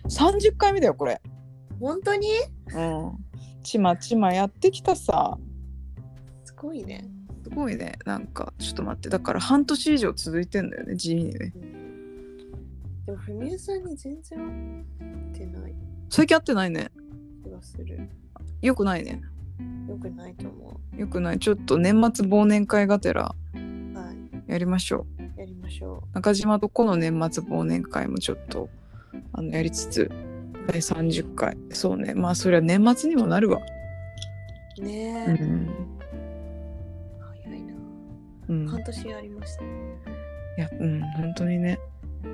30回目だよこれ。 本当に？ ちまちまやってきたさ。 すごいね。 すごいね。なんかちょっと待って、だから半年以上続いてんだよね、地味にね。 でもふみえさんに全然会ってない最近会ってないね。 気がする。 よくないね。 よくないと思よくない。ちょっと年末忘年会がてらう。はい。 やりましょやりましょう。中島とこの年末忘年会もちょっとやりつつ、第30回。そうね。まあそれは年末にもなるわ。 う。ねえ。早いな。半年ありましたね。 いや、本当にね。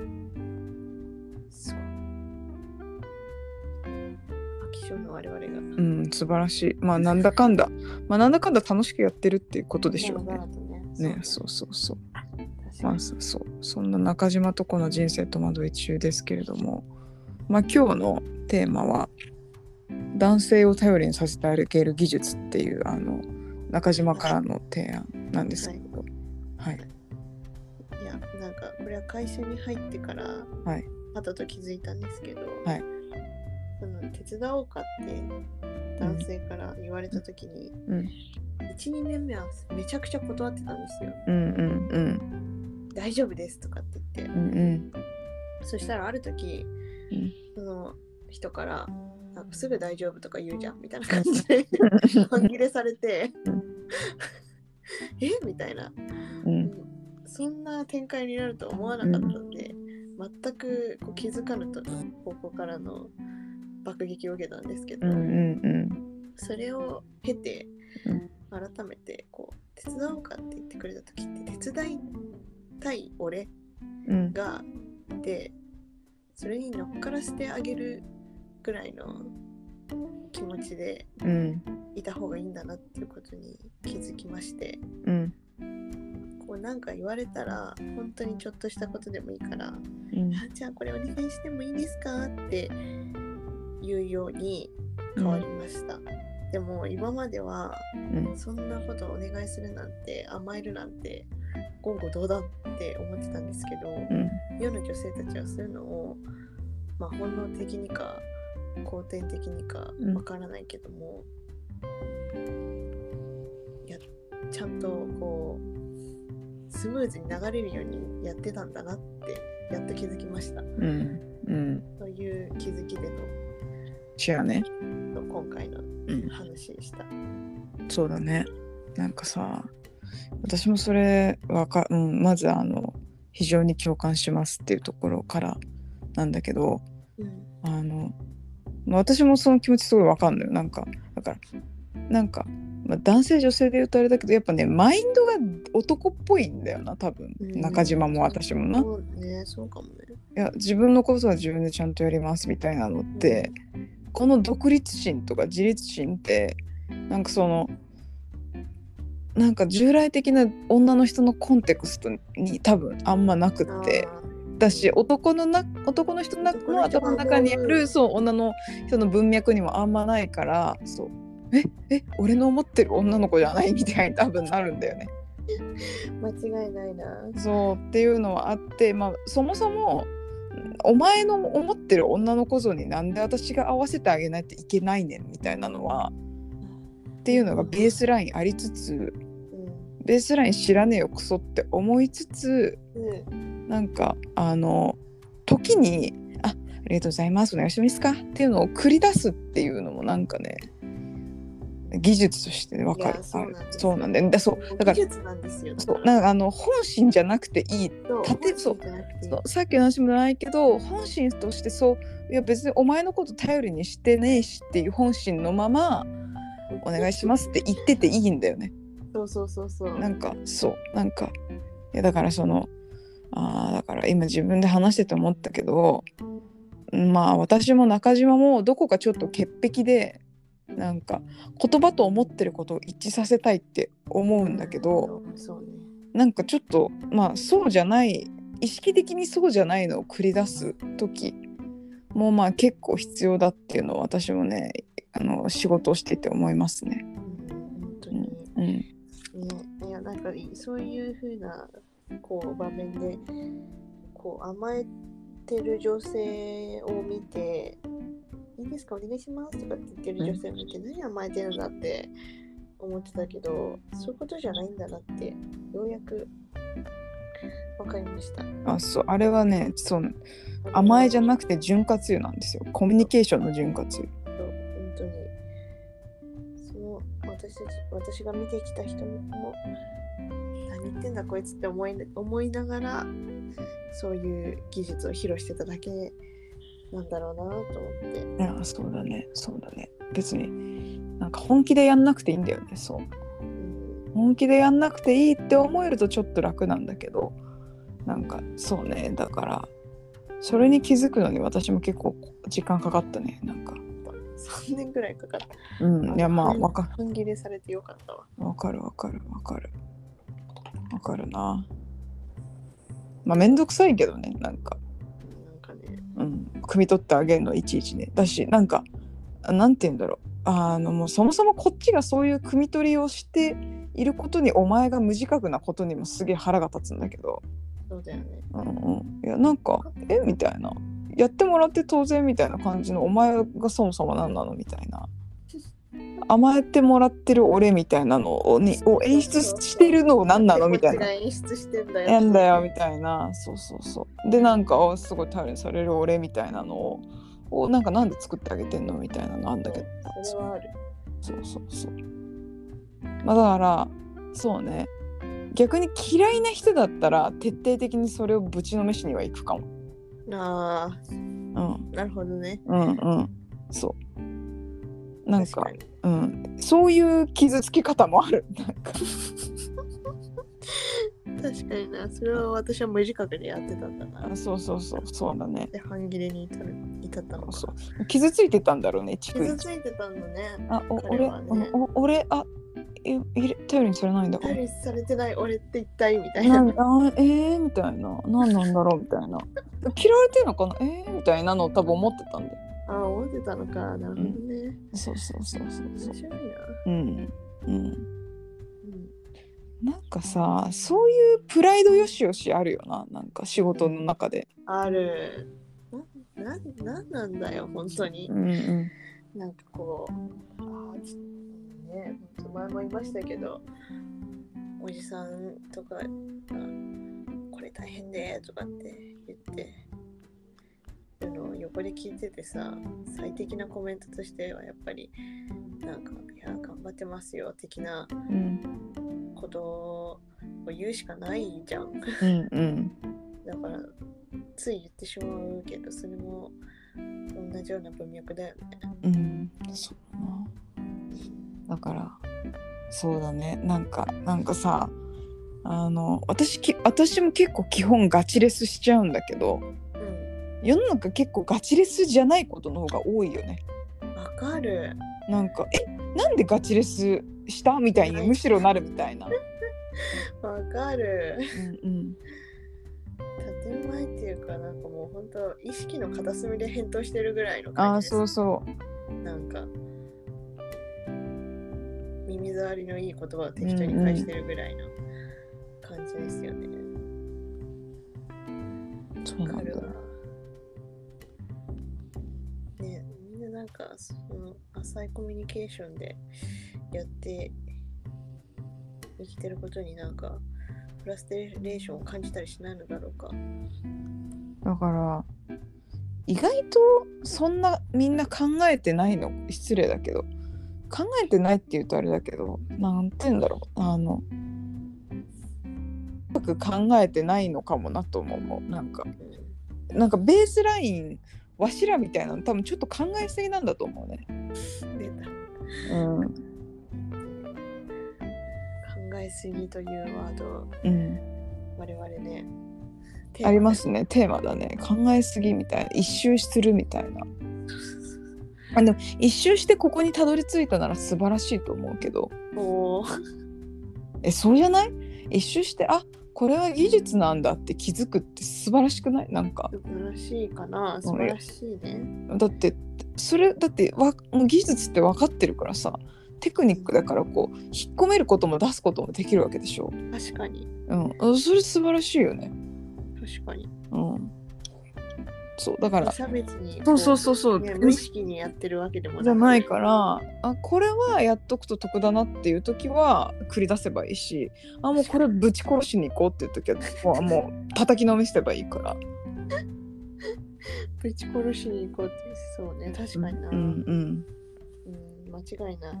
そう。飽き性の我々が。 素晴らしい。まあなんだかんだ楽しくやってるっていうことでしょうね。ね、そうそうそう。まあそんな中島とこの人生戸惑い中ですけれども、まあ今日のテーマは男性を頼りにさせてあげる技術っていう中島からの提案なんですけど、はい。 いや、なんかこれは会社に入ってから後と気づいたんですけど、はい、その手伝おうかって男性から言われた時に、1、2年目はめちゃくちゃ断ってたんですよ。大丈夫ですとかって言って、そしたらある時、その人からなんかすぐ大丈夫とか言うじゃんみたいな感じで半切れされてみたいな、そんな展開になると思わなかったんで、全くこう気づかぬと方向からの爆撃を受けたんですけど、それを経て改めてこう手伝おうかって言ってくれた時って手伝いたい俺がいて、それに乗っからせてあげるぐらいの気持ちでいた方がいいんだなっていうことに気づきまして、こうなんか言われたら本当にちょっとしたことでもいいから、じゃあこれお願いしてもいいですかって言うように変わりました。でも今まではそんなことをお願いするなんて甘えるなんて言語道断って思ってたんですけど、世の女性たちはそういうのを、本能的にか後天的にかわからないけども、ちゃんとこうスムーズに流れるようにやってたんだなってやっと気づきました。そういう気づきでの今回の話でした。 そうだね。なんかさ、私もそれまず非常に共感しますっていうところからなんだけど、私もその気持ちすごいわかんないよ。なんかだから男性女性で言うとあれだけど、やっぱねマインドが男っぽいんだよな多分、中島も私もな。 そうかもね。 いや、自分のことは自分でちゃんとやりますみたいなのって、この独立心とか自立心ってなんかそのなんか従来的な女の人のコンテクストに多分あんまなくってだし、男の人の頭の中にある女の人の文脈にもあんまないから、そう俺の思ってる女の子じゃないみたいに多分なるんだよね。 間違いないな。 そうっていうのはあって、そもそもお前の思ってる女の子像になんで私が合わせてあげないといけないねんみたいなのはっていうのがベースラインありつつ、ベースライン知らねえよクソって思いつつ、なんか時にありがとうございますお願いしてもいいですかっていうのを繰り出すっていうのもなんかね技術として分かる。そうなんだよ。だから技術なんですよ。そうなんか本心じゃなくていい。さっきの話もないけど本心としていや別にお前のこと頼りにしてねえしっていう本心のままお願いしますって言ってていいんだよね。そうなんかいやだからだから今自分で話してて思ったけど、私も中島もどこかちょっと潔癖でなんか言葉と思ってることを一致させたいって思うんだけど、なんかちょっとそうじゃない意識的にそうじゃないのを繰り出す時も結構必要だっていうのを私もね仕事をしていて思いますね。 本当に、いやなんかそういう風なこう場面でこう甘えってる女性を見て、いいですかお願いしますとかって言ってる女性を見て、何甘えてるんだって思ってたけど、そういうことじゃないんだなってようやく分かりました。 あれはね、甘えじゃなくて潤滑油なんですよ。コミュニケーションの潤滑油。 本当に私が見てきた人も何言ってんだこいつって思いながらそういう技術を披露してただけなんだろうなと思って。 いや、そうだね。別になんか本気でやんなくていいんだよね。本気でやんなくていいって思えるとちょっと楽なんだけど、なんかそうね、だからそれに気づくのに私も結構時間かかったね。なんか 3年くらいかかった。 いやまあ分かる。 半切れされてよかったわ。 分かるな。まあめんどくさいけどね、なんかね、汲み取ってあげるのいちいちね。だしなんかなんて言うんだろう、もうそもそもこっちがそういう汲み取りをしていることにお前が無自覚なことにもすげえ腹が立つんだけど。 そうだよね。 いやなんかみたいな、やってもらって当然みたいな感じの、お前がそもそも何なのみたいな、甘えてもらってる俺みたいなのを演出してるのを何なのみたいな、 演出してんだよやんだよみたいな、そうでなんかすごい頼りにされる俺みたいなのをなんで作ってあげてんのみたいなのあんだけど、 それはある。 まあだからそうね、逆に嫌いな人だったら徹底的にそれをぶちのめしには行くかも。 なるほどね。 そうなんかそういう傷つき方もある。なんか確かにな、それは私は無自覚でやってたんだな。 そうだね。 で半切れに至ったのか。 傷ついてたんだろうね。 傷ついてたんだね。 俺頼りにされないんだ。 頼りにされてない俺って一体みたいな。 みたいな、何なんだろうみたいな。嫌われてるのかなみたいなのを多分思ってたんで。 思ってたのか。なるほどね。 そう面白いな。なんかさ、そういうプライドよしよしあるよな。なんか仕事の中である。なんなんだよ本当に。なんかこうね、前も言いましたけど、おじさんとかこれ大変でとかって言ってるのを横で聞いててさ、最適なコメントとしてはやっぱりなんかいや頑張ってますよ的なことを言うしかないじゃん。だからつい言ってしまうけど、それも同じような文脈だよね。 そうだな。だからそうだね、なんかさ、私も結構基本ガチレスしちゃうんだけど、世の中結構ガチレスじゃないことの方が多いよね。 わかる。 なんかなんでガチレスしたみたいにむしろなるみたいな。 わかる。建前っていうか、なんかもう本当意識の片隅で返答してるぐらいの感じです。なんか耳障りのいい言葉を適当に返してるぐらいの感じですよね。わかるわ。ね、みんななんかその浅いコミュニケーションでやって生きてることになんかフラストレーションを感じたりしないのだろうか。 だから意外とそんなみんな考えてないの、失礼だけど考えてないって言うとあれだけど、なんて言うんだろう、うまく考えてないのかもなと思う。なんかベースラインわしらみたいなの多分ちょっと考えすぎなんだと思うね。 出た。考えすぎというワード、我々ねありますね、テーマだね。考えすぎみたいな、一周するみたいな。一周してここにたどり着いたなら素晴らしいと思うけど、そうじゃない？一周してこれは技術なんだって気づくって素晴らしくない？なんか素晴らしいかな。素晴らしいね。 だって技術って分かってるからさ、テクニックだからこう引っ込めることも出すこともできるわけでしょ。 確かに。 それ素晴らしいよね。 確かに。 そうだから差別にそう、 ね、無意識にやってるわけでもじゃないから、これはやっとくと得だなっていう時は繰り出せばいいし、もうこれぶち殺しに行こうっていう時はもう叩きのめせばいいから。 ぶち殺しに行こうってそうね、確かにな。間違いない。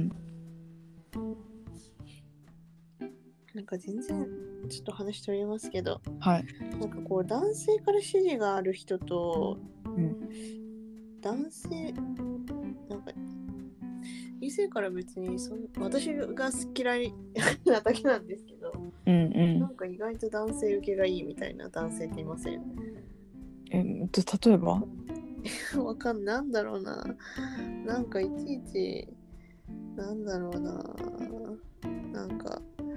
なんか全然ちょっと話取りますけど、 はい、 なんかこう男性から支持がある人と、男性なんか異性から別に私が嫌いなだけなんですけど、なんか意外と男性受けがいいみたいな男性っていません？ 例えばわかんない。なんだろうな。なんかいちいちなんだろうな。なんか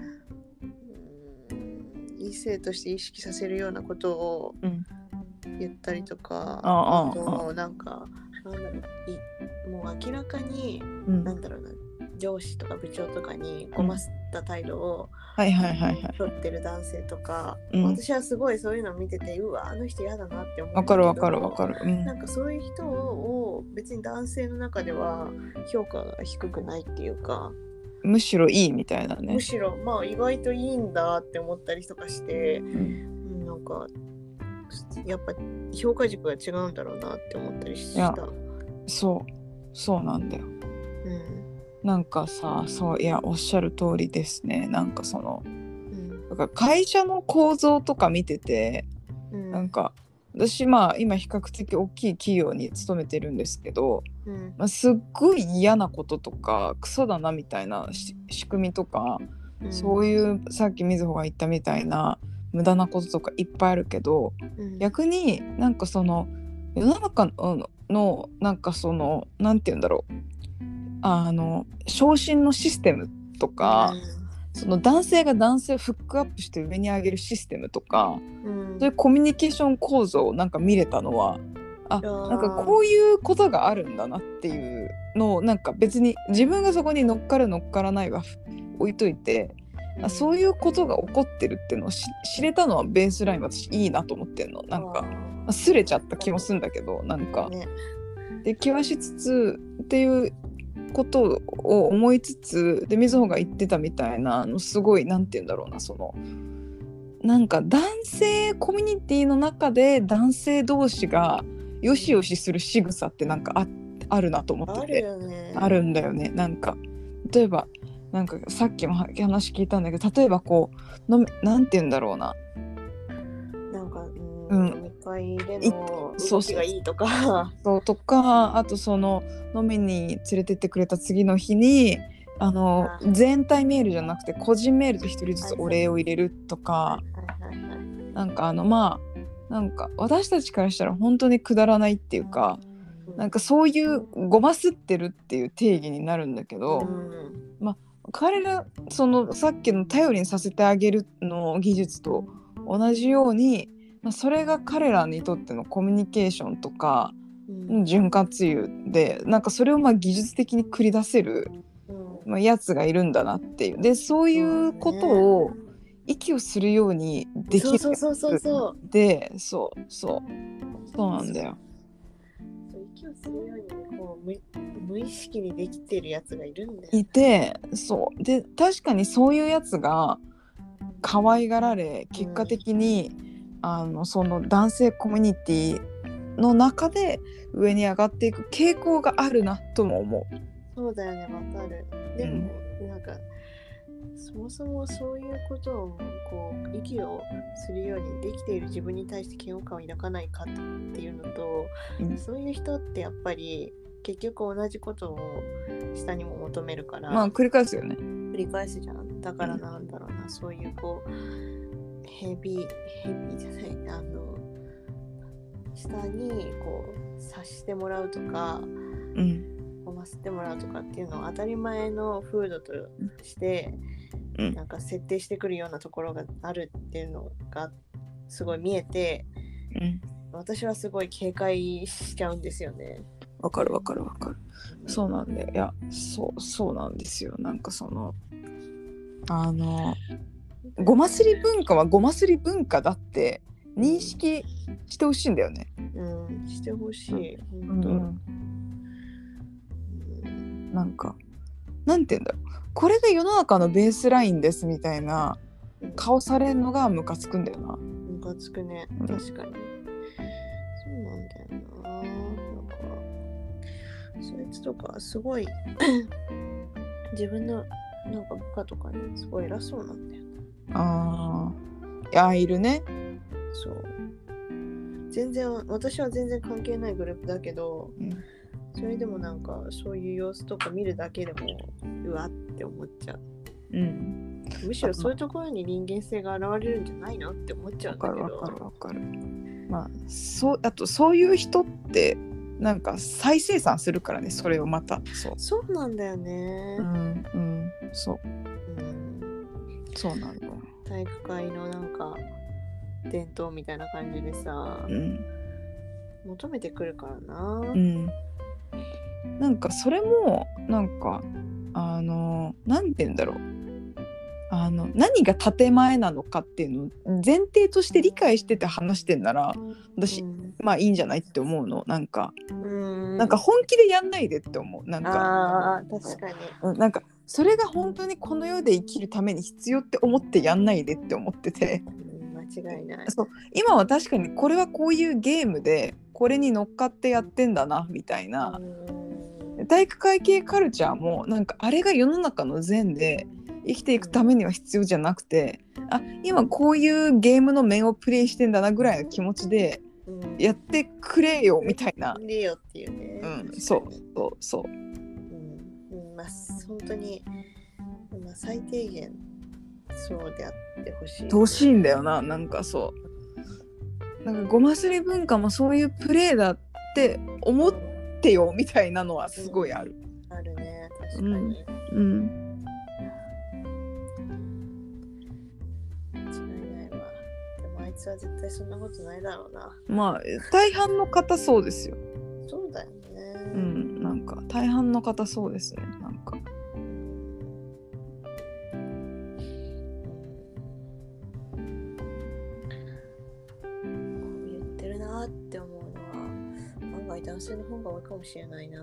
異性として意識させるようなことを言ったりとか、あとなんかなんだろう、もう明らかに、なんだろうな、上司とか部長とかにごまった態度を取ってる男性とか、私はすごいそういうのを見てて、うわあの人嫌だなって思うんだけど、 わかる、 なんかそういう人を別に男性の中では評価が低くないっていうか、 むしろいいみたいなね。 むしろまあ意外といいんだって思ったりとかして、なんかやっぱ評価軸が違うんだろうなって思ったりした。 そうなんだよ。なんかさ、いやおっしゃる通りですね。なんかその、だから会社の構造とか見てて、なんか私今比較的大きい企業に勤めてるんですけど、すっごい嫌なこととかクソだなみたいな仕組みとか、そういうさっきみずほが言ったみたいな無駄なこととかいっぱいあるけど、逆になんかその世の中のなんかそのなんて言うんだろう、昇進のシステムとか、その男性が男性をフックアップして上に上げるシステムとか、そういうコミュニケーション構造をなんか見れたのは、なんかこういうことがあるんだなっていうのを、なんか別に自分がそこに乗っかる乗っからないは置いといて、そういうことが起こってるっていうのを知れたのはベースライン私いいなと思ってんの。なんかすれちゃった気もするんだけど、なんかで気はしつつっていうことを思いつつで、みずほが言ってたみたいなすごいなんて言うんだろうな、そのなんか男性コミュニティの中で男性同士がよしよしする仕草ってなんかあるなと思ってて、あるんだよね。なんか例えばなんかさっきも話聞いたんだけど、例えばこうなんて言うんだろうな、 なんか飲み会での動きがいいとかそうとか、あとその飲みに連れてってくれた次の日に全体メールじゃなくて個人メールで一人ずつお礼を入れるとか、なんかまあなんか私たちからしたら本当にくだらないっていうか、なんかそういうごますってるっていう定義になるんだけど、まあ彼らそのさっきの頼りにさせてあげるの技術と同じように、それが彼らにとってのコミュニケーションとか潤滑油で、なんかそれを技術的に繰り出せるやつがいるんだなっていう。でそういうことを息をするようにできる。でそうなんだよ。 息をするようにこう無意識にできてるやつがいるんだよ。 いて、そうで確かにそういうやつが可愛がられ、結果的に、その男性コミュニティの中で上に上がっていく傾向があるなとも思う。 そうだよね、わかる。でも、なんかそもそもそういうことをこう息をするようにできている自分に対して嫌悪感を抱かないかっていうのと、そういう人ってやっぱり結局同じことを下にも求めるから、 繰り返すよね。 繰り返すじゃん。だからなんだろうな、そういうこうヘビーじゃない、下にこう察してもらうとか、ごますってもらうとかっていうのを当たり前の風土として、なんか設定してくるようなところがあるっていうのがすごい見えて、私はすごい警戒しちゃうんですよね。 わかる。そうなんで、いやそうなんですよ。なんかそのごますり文化はごますり文化だって認識してほしいんだよね。 してほしい、 うんうん、なんかなんて言うんだろう、これが世の中のベースラインですみたいな顔されるのがムカつくんだよな。 ムカつくね、確かに、そうなんだよな。なんかそいつとかすごい自分のなんか部下とかにすごい偉そうなんだよな。いやいるね。 そう全然私は全然関係ないグループだけど、それでもなんかそういう様子とか見るだけでもうわって思っちゃう、むしろそういうところに人間性が現れるんじゃないのって思っちゃうんだけど。 わかる。まああとそういう人ってなんか再生産するからね、それをまた。 そうなんだよね。そうなんだよ。体育会のなんか伝統みたいな感じでさ、求めてくるからな。 なんかそれもなんかなんて言うんだろう、何が建前なのかっていうのを前提として理解してて話してんなら私、まあいいんじゃないって思うの。なんか本気でやんないでって思う。なんか確かに、 なんかそれが本当にこの世で生きるために必要って思ってやんないでって思ってて、 間違いない。 そう今は確かにこれはこういうゲームでこれに乗っかってやってんだなみたいな。体育会系カルチャーもなんかあれが世の中の善で生きていくためには必要じゃなくて、今こういうゲームの面をプレイしてんだなぐらいの気持ちでやってくれよみたいな。 くれよっていうね。 そう。 まあ本当に、最低限そうであってほしい。 欲しいんだよな。なんかなんかごますり文化もそういうプレイだって思ってよみたいなのはすごいある。 あるね、確かに。間違いないわ。でもあいつは絶対そんなことないだろうな。まあ大半の方そうですよ。 そうだよね。 なんか大半の方そうですね。なんか。 言ってるなって思うのは案外男性の方が多いかもしれないな。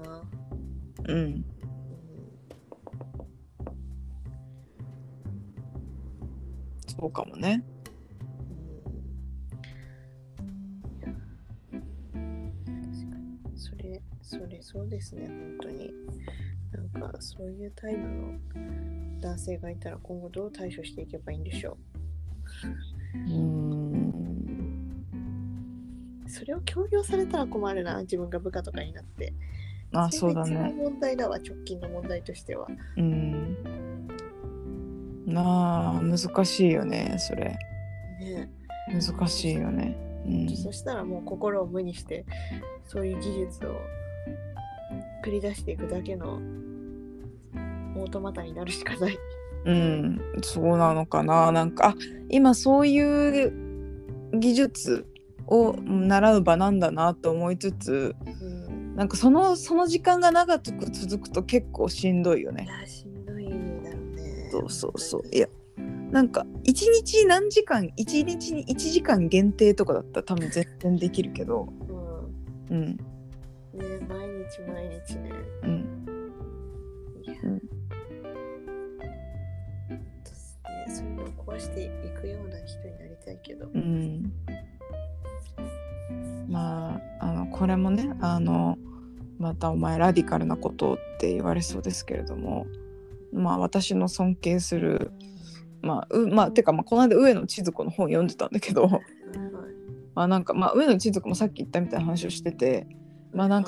そうかもね。 そうですね、本当に。なんかそういうタイプの男性がいたら今後どう対処していけばいいんでしょう。それを強要されたら困るな、自分が部下とかになって。そうだね。それが一番問題だわ、直近の問題としては。 難しいよね、それ。 ね、 難しいよね。 そしたらもう心を無にしてそういう技術を繰り出していくだけのオートマタになるしかない。 そうなのかな。なんか今そういう技術を習う場なんだなと思いつつ、なんかその時間が長く続くと結構しんどいよね。 しんどいだろうね。 そう。いやなんか1日何時間、1日に1時間限定とかだったら多分全然できるけど、 ね、毎日ね。そういうのを壊していくような人になりたいけど。 まあこれもねまたお前ラディカルなことって言われそうですけれども、私の尊敬するてかこの間上野千鶴子の本読んでたんだけどなんか上野千鶴子もさっき言ったみたいな話をしてて、なんか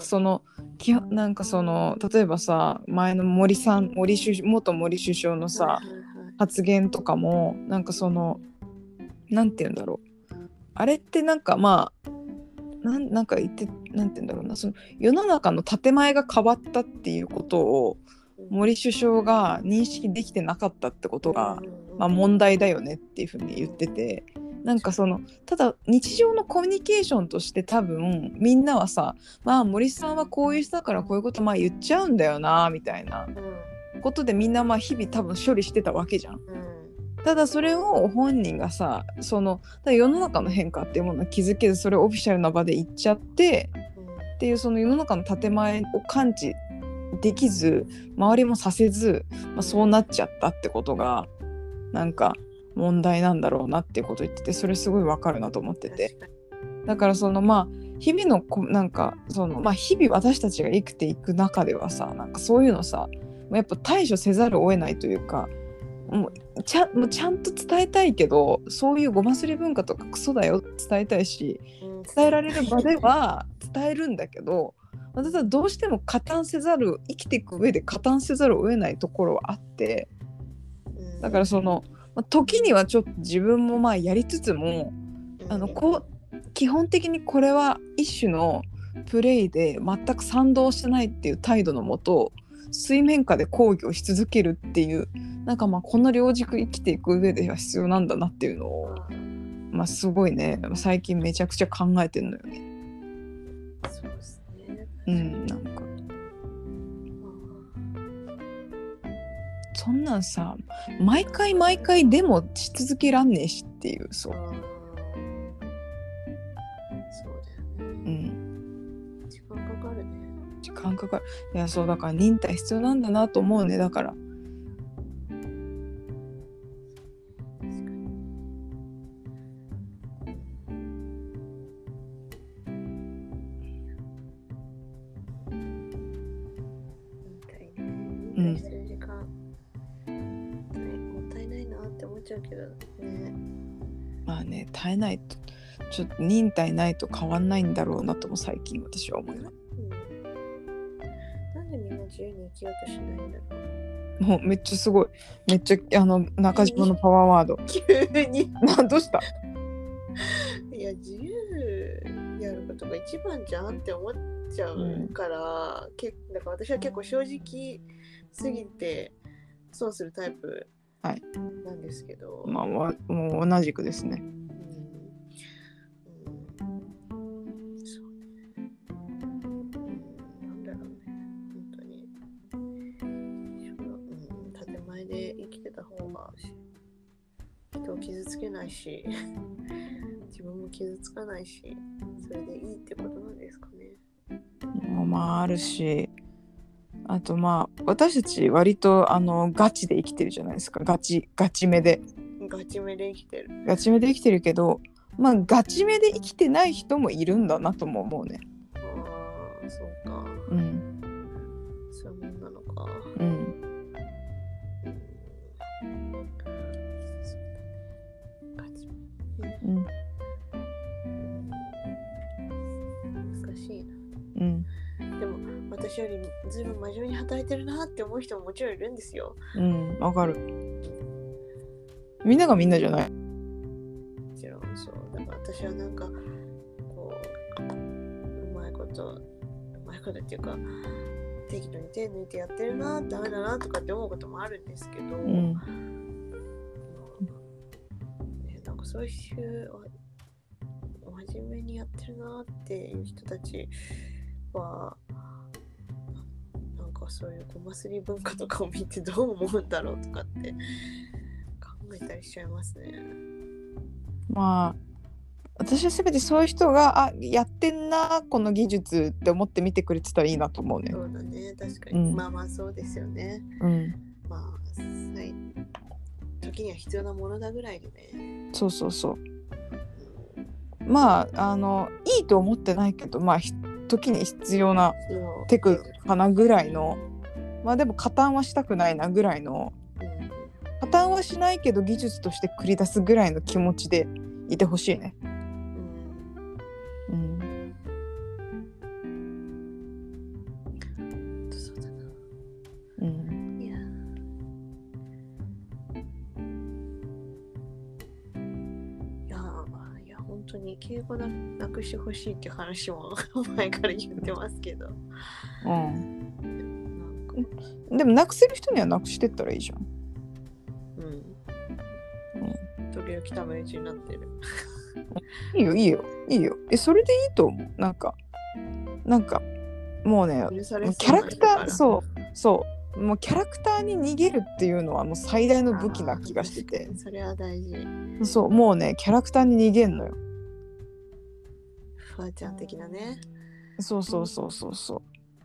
例えばさ前の元森首相のさ発言とかもなんかなんて言うんだろう、あれってなんかなんか言ってなんて言うんだろうな、世の中の建前が変わったっていうことを森首相が認識できてなかったってことが、問題だよねっていうふうに言ってて、なんかただ日常のコミュニケーションとして多分みんなはさ、森さんはこういう人だからこういうこと言っちゃうんだよなみたいなことでみんな日々多分処理してたわけじゃん。ただそれを本人がさ世の中の変化っていうものを気づけずそれをオフィシャルな場で言っちゃって、 っていうその世の中の建前を感知できず、周りもさせず、そうなっちゃったってことがなんか問題なんだろうなっていうことを言ってて、それすごいわかるなと思ってて、だからその日々のなんかその日々私たちが生きていく中ではさ、なんかそういうのさやっぱ対処せざるを得ないというか、もうちゃんと伝えたいけど、そういうごますり文化とかクソだよ伝えたいし、伝えられる場では伝えるんだけど、私はどうしても生きていく上で加担せざるを得ないところはあって、だからその時にはちょっと自分もやりつつも、基本的にこれは一種のプレイで全く賛同してないっていう態度のもと、水面下で抗議をし続けるっていう、なんかこの両軸生きていく上では必要なんだなっていうのを、すごいね最近めちゃくちゃ考えてんのよね。 そうですね。 なんかそんなんさ毎回でもし続けらんねえしっていう、そうだよね。時間かかるね。 時間かかる。いやそうだから忍耐必要なんだなと思うね。だから耐えないとちょっと忍耐ないと変わんないんだろうなとも最近私は思います。 なんでみんな自由に生きようとしないんだろう。 もうめっちゃすごい、めっちゃ中島のパワーワード急にどうした？ いや自由やることが一番じゃんって思っちゃうから、だから私は結構正直すぎて損するタイプなんですけど、 もう同じくですね。 人を傷つけないし自分も傷つかないし、それでいいってことなんですかね。 あるし、あと私たち割とガチで生きてるじゃないですか。ガチめで生きてる。 ガチめで生きてるけど、ガチめで生きてない人もいるんだなとも思うね。 そうか。そういうもんなのか。難しいな。でも私よりずいぶん真面目に働いてるなって思う人ももちろんいるんですよ。 わかる。みんながみんなじゃない。 もちろんそう。だから私はなんかこううまいことっていうか適度に手抜いてやってるな、ダメだなとかって思うこともあるんですけど、なんかそういう真面目にやってるなっていう人たちはなんかそういうごますり文化とかを見てどう思うんだろうとかって考えたりしちゃいますね。 私はせめてそういう人がやってんなこの技術って思って見てくれてたらいいなと思うね。 そうだね、確かに、そうですよね。時には必要なものだぐらいでね。そういいと思ってないけど時に必要なテクかなぐらいの、でも加担はしたくないなぐらいの、加担はしないけど技術として繰り出すぐらいの気持ちでいてほしいね。 そうだな。いや本当に敬語なくしてほしいっていう話も前から言ってますけど、 でもなくせる人にはなくしてったらいいじゃん。 時々ため打ちになってる。 いいよ。それでいいと思う。なんかもうね、キャラクターそうもうキャラクターに逃げるっていうのはもう最大の武器な気がしてて、 それは大事。 そうもうねキャラクターに逃げんのよ。 フワちゃん的なね。 そうそうそうそうそう。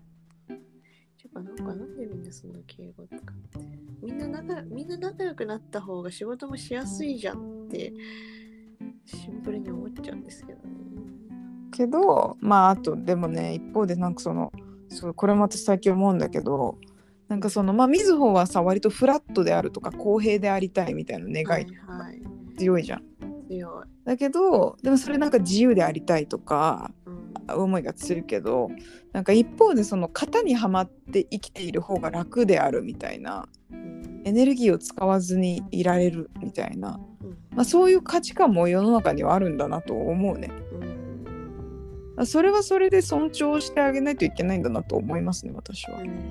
なんでみんなそんな敬語とかってみんな仲良くなった方が仕事もしやすいじゃんってシンプルに思っちゃうんですけどね。 けどまああとでもね一方でなんかそうこれも私最近思うんだけどなんかまあみずほはさ割とフラットであるとか公平でありたいみたいな願い強いじゃん。 強い。 だけどでもそれなんか自由でありたいとか、思いが強いけどなんか一方で型にはまって生きている方が楽であるみたいな、エネルギーを使わずにいられるみたいな、まあ、そういう価値観も世の中にはあるんだなと思うね。それはそれで尊重してあげないといけないんだなと思いますね私は。確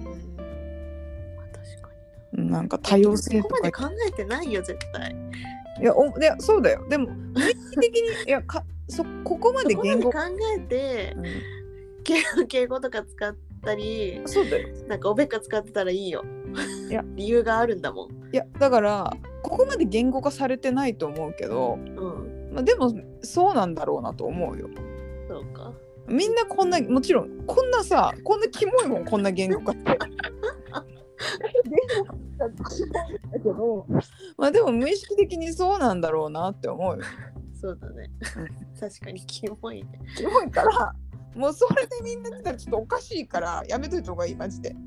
かになんか多様性とかここまで考えてないよ絶対。 いやそうだよ。でも無意識的にいやここまで言語考えて、敬語とか使ったりそうだよなんかおべっか使ってたらいいよ。 いや理由があるんだもん。 いやだからここまで言語化されてないと思うけど、まあ、でもそうなんだろうなと思うよ。 そうか。 みんなもちろんこんなキモいもんこんな言語化って言語化だけどまあでも無意識的にそうなんだろうなって思うよ。 そうだね。確かにキモいね。 キモいからもうそれでみんな言ったらちょっとおかしいからやめといた方がいいマジで。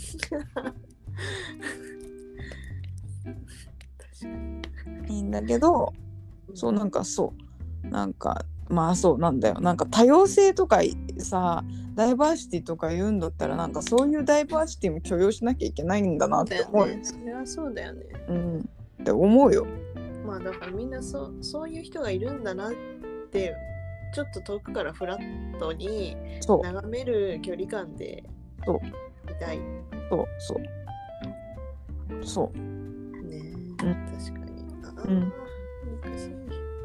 いいんだけどなんかまあそうなんだよ。なんか多様性とかさダイバーシティとか言うんだったらなんかそういうダイバーシティも許容しなきゃいけないんだなって思う。 それはそうだよね。 って思うよ。 まあだからみんなそういう人がいるんだなってちょっと遠くからフラットに眺める距離感でいたい。そうね、確かに。難しい。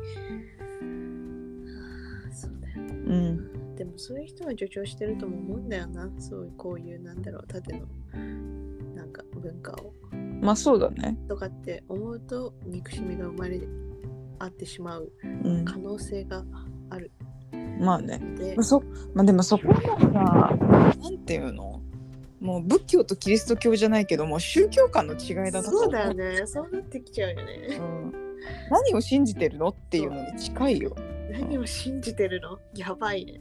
そうだよね。でもそういう人は助長してるとも思うんだよな。こういう縦のなんか文化を。 まあそうだね。 とかって思うと憎しみが生まれあってしまう可能性がある。 まあね。でもそこはさなんていうのもう仏教とキリスト教じゃないけども宗教観の違いだなと思う。 そうだよね。そうなってきちゃうよね。 何を信じてるのっていうのに近いよ。 何を信じてるのやばいね。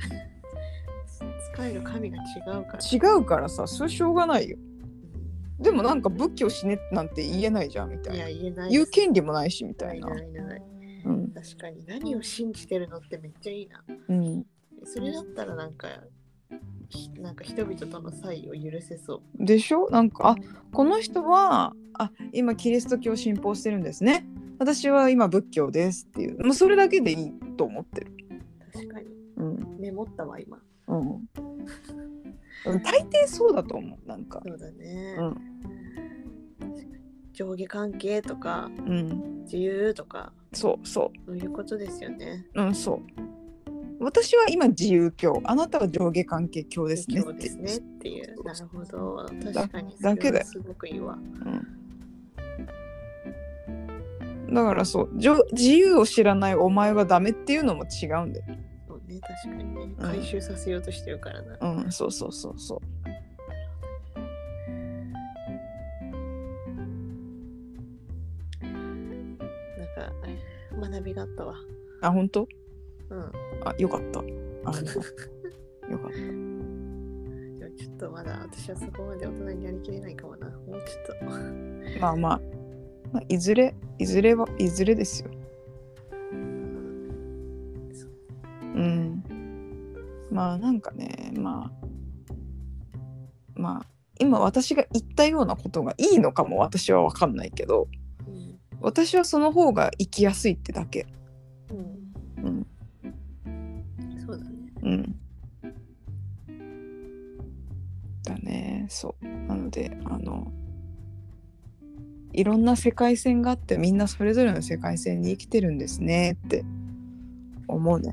使える神が違うからさそれしょうがないよ。でもなんか仏教死ねなんて言えないじゃんみたいな。 いや言えない。 言う権利もないしみたいな。 ない。確かに何を信じてるのってめっちゃいいな。それだったらなんか人々との差異を許せそうでしょ。なんかこの人は今キリスト教信仰してるんですね。私は今仏教ですっていうもうそれだけでいいと思ってる。 確かに。メモったわ今。 大抵そうだと思う。なんかそうだね。上下関係とか、自由とかそういうことですよね。 そう私は今自由教あなたは上下関係教ですねっていうなるほど。確かにだけですごくいいわ。 だから自由を知らないお前はダメっていうのも違うんだよ。 そうね確かにね回収させようとしてるからな。 そうなんか学びがあったわ。 本当？よかった。よかった。 でもちょっとまだ私はそこまで大人になりきれないかもな。もうちょっとまあいずれですよ。まあなんかねまあ今私が言ったようなことがいいのかも私は分かんないけど、私はその方が生きやすいってだけ。 そうだね。 だね。そうなのでいろんな世界線があってみんなそれぞれの世界線に生きてるんですねって思うね。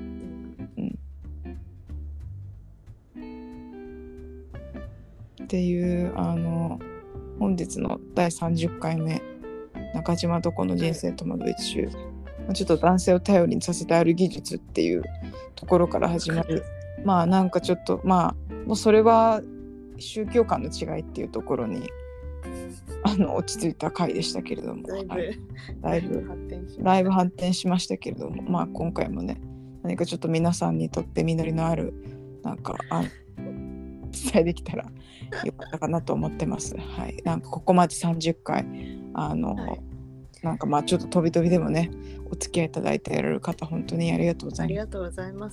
っていう本日の第30回目中島とこの人生と窓一周、ちょっと男性を頼りにさせてある技術っていうところから始まるまあなんかちょっとまあもうそれは宗教観の違いっていうところに落ち着いた回でしたけれども、だいぶ発展しましたけれども、まあ今回もね何かちょっと皆さんにとって実りのあるなんか伝えできたらよかったかなと思ってます。はい、なんかここまで30回なんかまあちょっと飛び飛びでもねお付き合いいただいている方本当にありがとうございます。 ありがとうございます。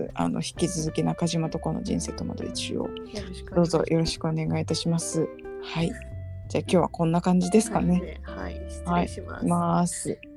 引き続き中島とこの人生と窓一をどうぞよろしくお願いいたします。はい。じゃあ今日はこんな感じですかね。 はい、失礼します。